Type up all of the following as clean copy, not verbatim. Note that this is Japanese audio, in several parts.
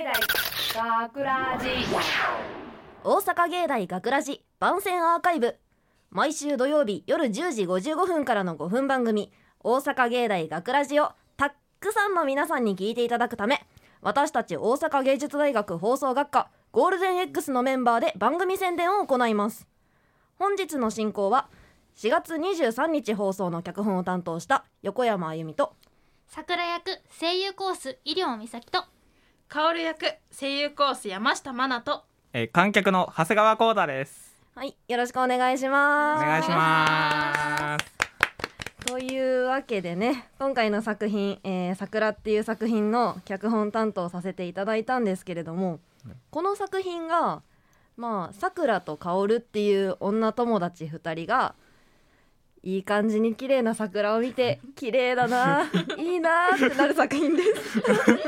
学ラジ大阪芸大学ラジ番宣アーカイブ、毎週土曜日夜10時55分からの5分番組大阪芸大学ラジをたくさんの皆さんに聞いていただくため、私たち大阪芸術大学放送学科ゴールデン X のメンバーで番組宣伝を行います。本日の進行は4月23日放送の脚本を担当した横山あゆみと、 桜役声優コース医療美咲と、 薫役声優コース山下真奈と、 観客の長谷川浩太です。 はい、よろしくお願いします。 お願いします。 というわけでね、今回の作品、桜っていう作品の脚本担当させていただいたんですけれども、この作品が桜と薫っていう女友達2人がいい感じに綺麗な桜を見て綺麗だないいなってなる作品です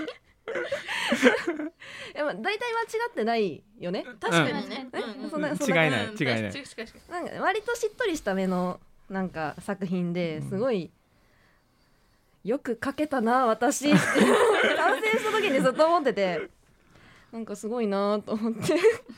でも大体間違ってないよね。 確かにね、 そんな違いない。 なんか割としっとりした目のなんか作品ですごいよく描けたな私って完成した時にずっと思ってて、なんかすごいなと思って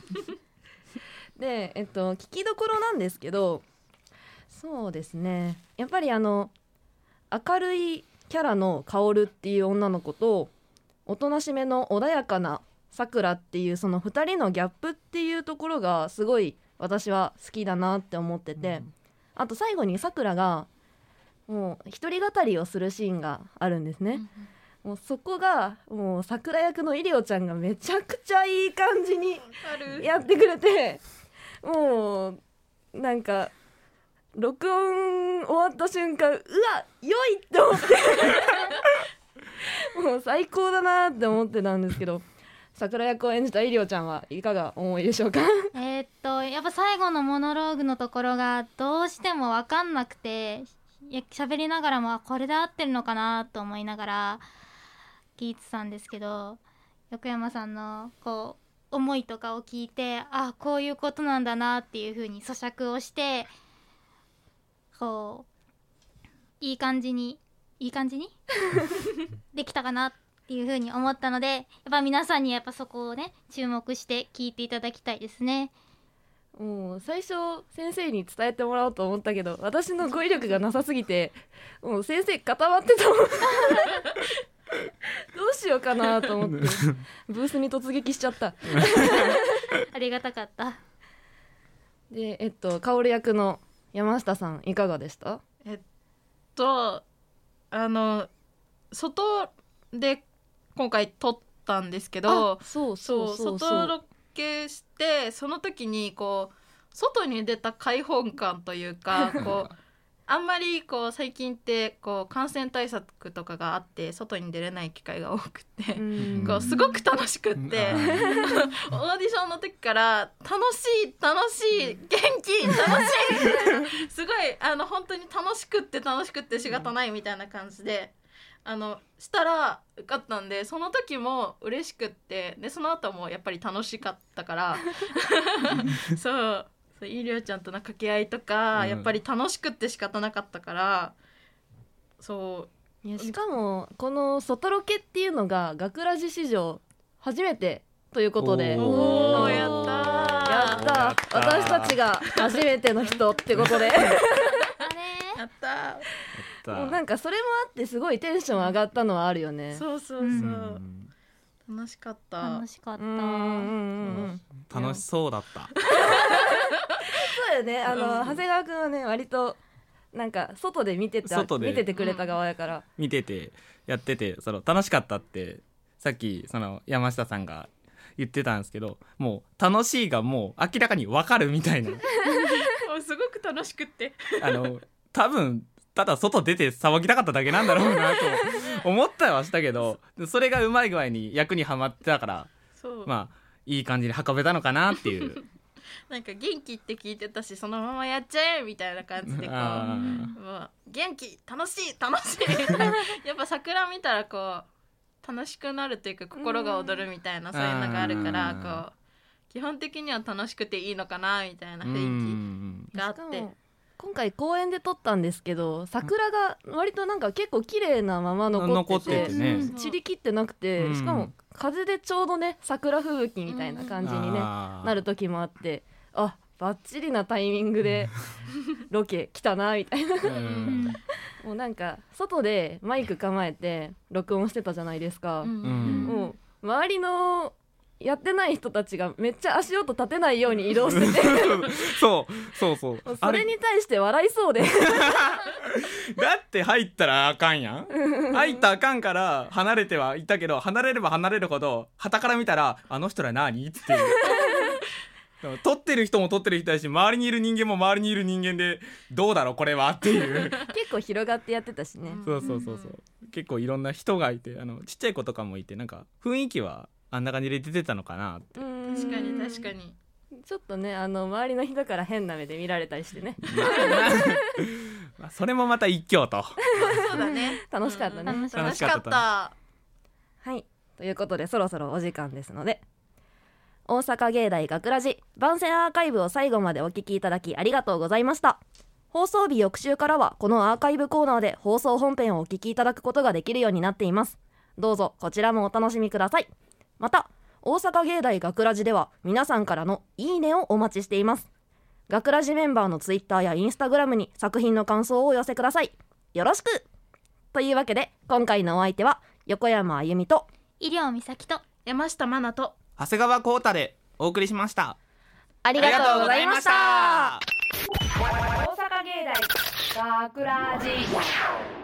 で、聞きどころなんですけど、そうですね、やっぱり明るいキャラの薫っていう女の子とおとなしめの穏やかな桜っていうその2人のギャップっていうところがすごい私は好きだなって思ってて、あと最後に桜がもう一人語りをするシーンがあるんですね。もうそこがもう桜役のイリオちゃんがめちゃくちゃいい感じにやってくれて、もうなんか録音終わった瞬間、うわ良いって思ってもう最高だなって思ってたんですけど、桜役を演じたイリオちゃんはいかが思いでしょうか？ やっぱ最後のモノローグのところがどうしても分かんなくて、喋りながらもこれで合ってるのかなと思いながら聞いてたんですけど、横山さんのこう思いとかを聞いて、こういうことなんだなっていう風に咀嚼をして、こういい感じにできたかなっていう風に思ったので、やっぱ皆さんにやっぱそこをね注目して聞いていただきたいですね。 もう最初先生に伝えてもらおうと思ったけど、私の語彙力がなさすぎてもう先生固まってたもんどうしようかなと思ってブースに突撃しちゃったありがたかった。 で、薫役の山下さんいかがでした？ 外で今回撮ったんですけど、 そう外ロケして、その時にこう外に出た開放感というかこうあんまりこう最近ってこう感染対策とかがあって外に出れない機会が多くて、こうすごく楽しくってオーディションの時から楽しい元気楽しいすごい本当に楽しくって仕方ないみたいな感じでしたら受かったんで、その時も嬉しくって、でその後もやっぱり楽しかったからそうイリオちゃんとの掛け合いとか、やっぱり楽しくって仕方なかったから、 いやしかもこの外ロケっていうのが学ラジ史上初めてということで、 やった私たちが初めての人ってことでやったもうなんかそれもあってすごいテンション上がったのはあるよね。 そう、楽しかった。 楽しそうだったそうよね、長谷川くんはね割となんか外で見ててくれた側やから、 見ててやってて楽しかったってさっき山下さんが言ってたんですけど、もう楽しいがもう明らかに分かるみたいなすごく楽しくって多分ただ外出て騒ぎたかっただけなんだろうなと思ったりはしたけど、それがうまい具合に役にはまってたから、いい感じに運べたのかなっていうなんか元気って聞いてたし、そのままやっちゃえみたいな感じでこうもう元気楽しいやっぱ桜見たらこう楽しくなるというか心が躍るみたいな、そういうのがあるから、こう基本的には楽しくていいのかなみたいな雰囲気があって、 今回公園で撮ったんですけど、桜が割となんか結構綺麗なまま残ってて、 ね、 散りきってなくて、しかも風でちょうどね桜吹雪みたいな感じに、ね、なる時もあって、あバッチリなタイミングでロケ来たなみたいなもうなんか外でマイク構えて録音してたじゃないですか、もう周りのやってない人たちがめっちゃ足音立てないように移動しててそうそれに対して笑いそうでだって入ったらあかんやん入ったらあかんから離れてはいたけど、離れれば離れるほど傍から見たらあの人ら何っていう撮ってる人も撮ってる人だし、周りにいる人間も周りにいる人間でどうだろうこれはっていう結構広がってやってたしねそう結構いろんな人がいて、ちっちゃい子とかもいて、なんか雰囲気はあんな感じで出てたのかなって。 確かにちょっとね周りの人から変な目で見られたりしてねまあそれもまた一興とそうだね楽しかったね、 楽しかった。 はい、ということでそろそろお時間ですので、大阪芸大学ラジ番宣アーカイブを最後までお聞きいただきありがとうございました。放送日翌週からはこのアーカイブコーナーで放送本編をお聞きいただくことができるようになっています。どうぞこちらもお楽しみください。また大阪芸大学ラジでは皆さんからのいいねをお待ちしています。学ラジメンバーのツイッターやインスタグラムに作品の感想をお寄せください。よろしく。というわけで今回のお相手は横山あゆみと医療美咲と山下真奈と長谷川浩太でお送りしました。 ありがとうございました。 大阪芸大学ラジ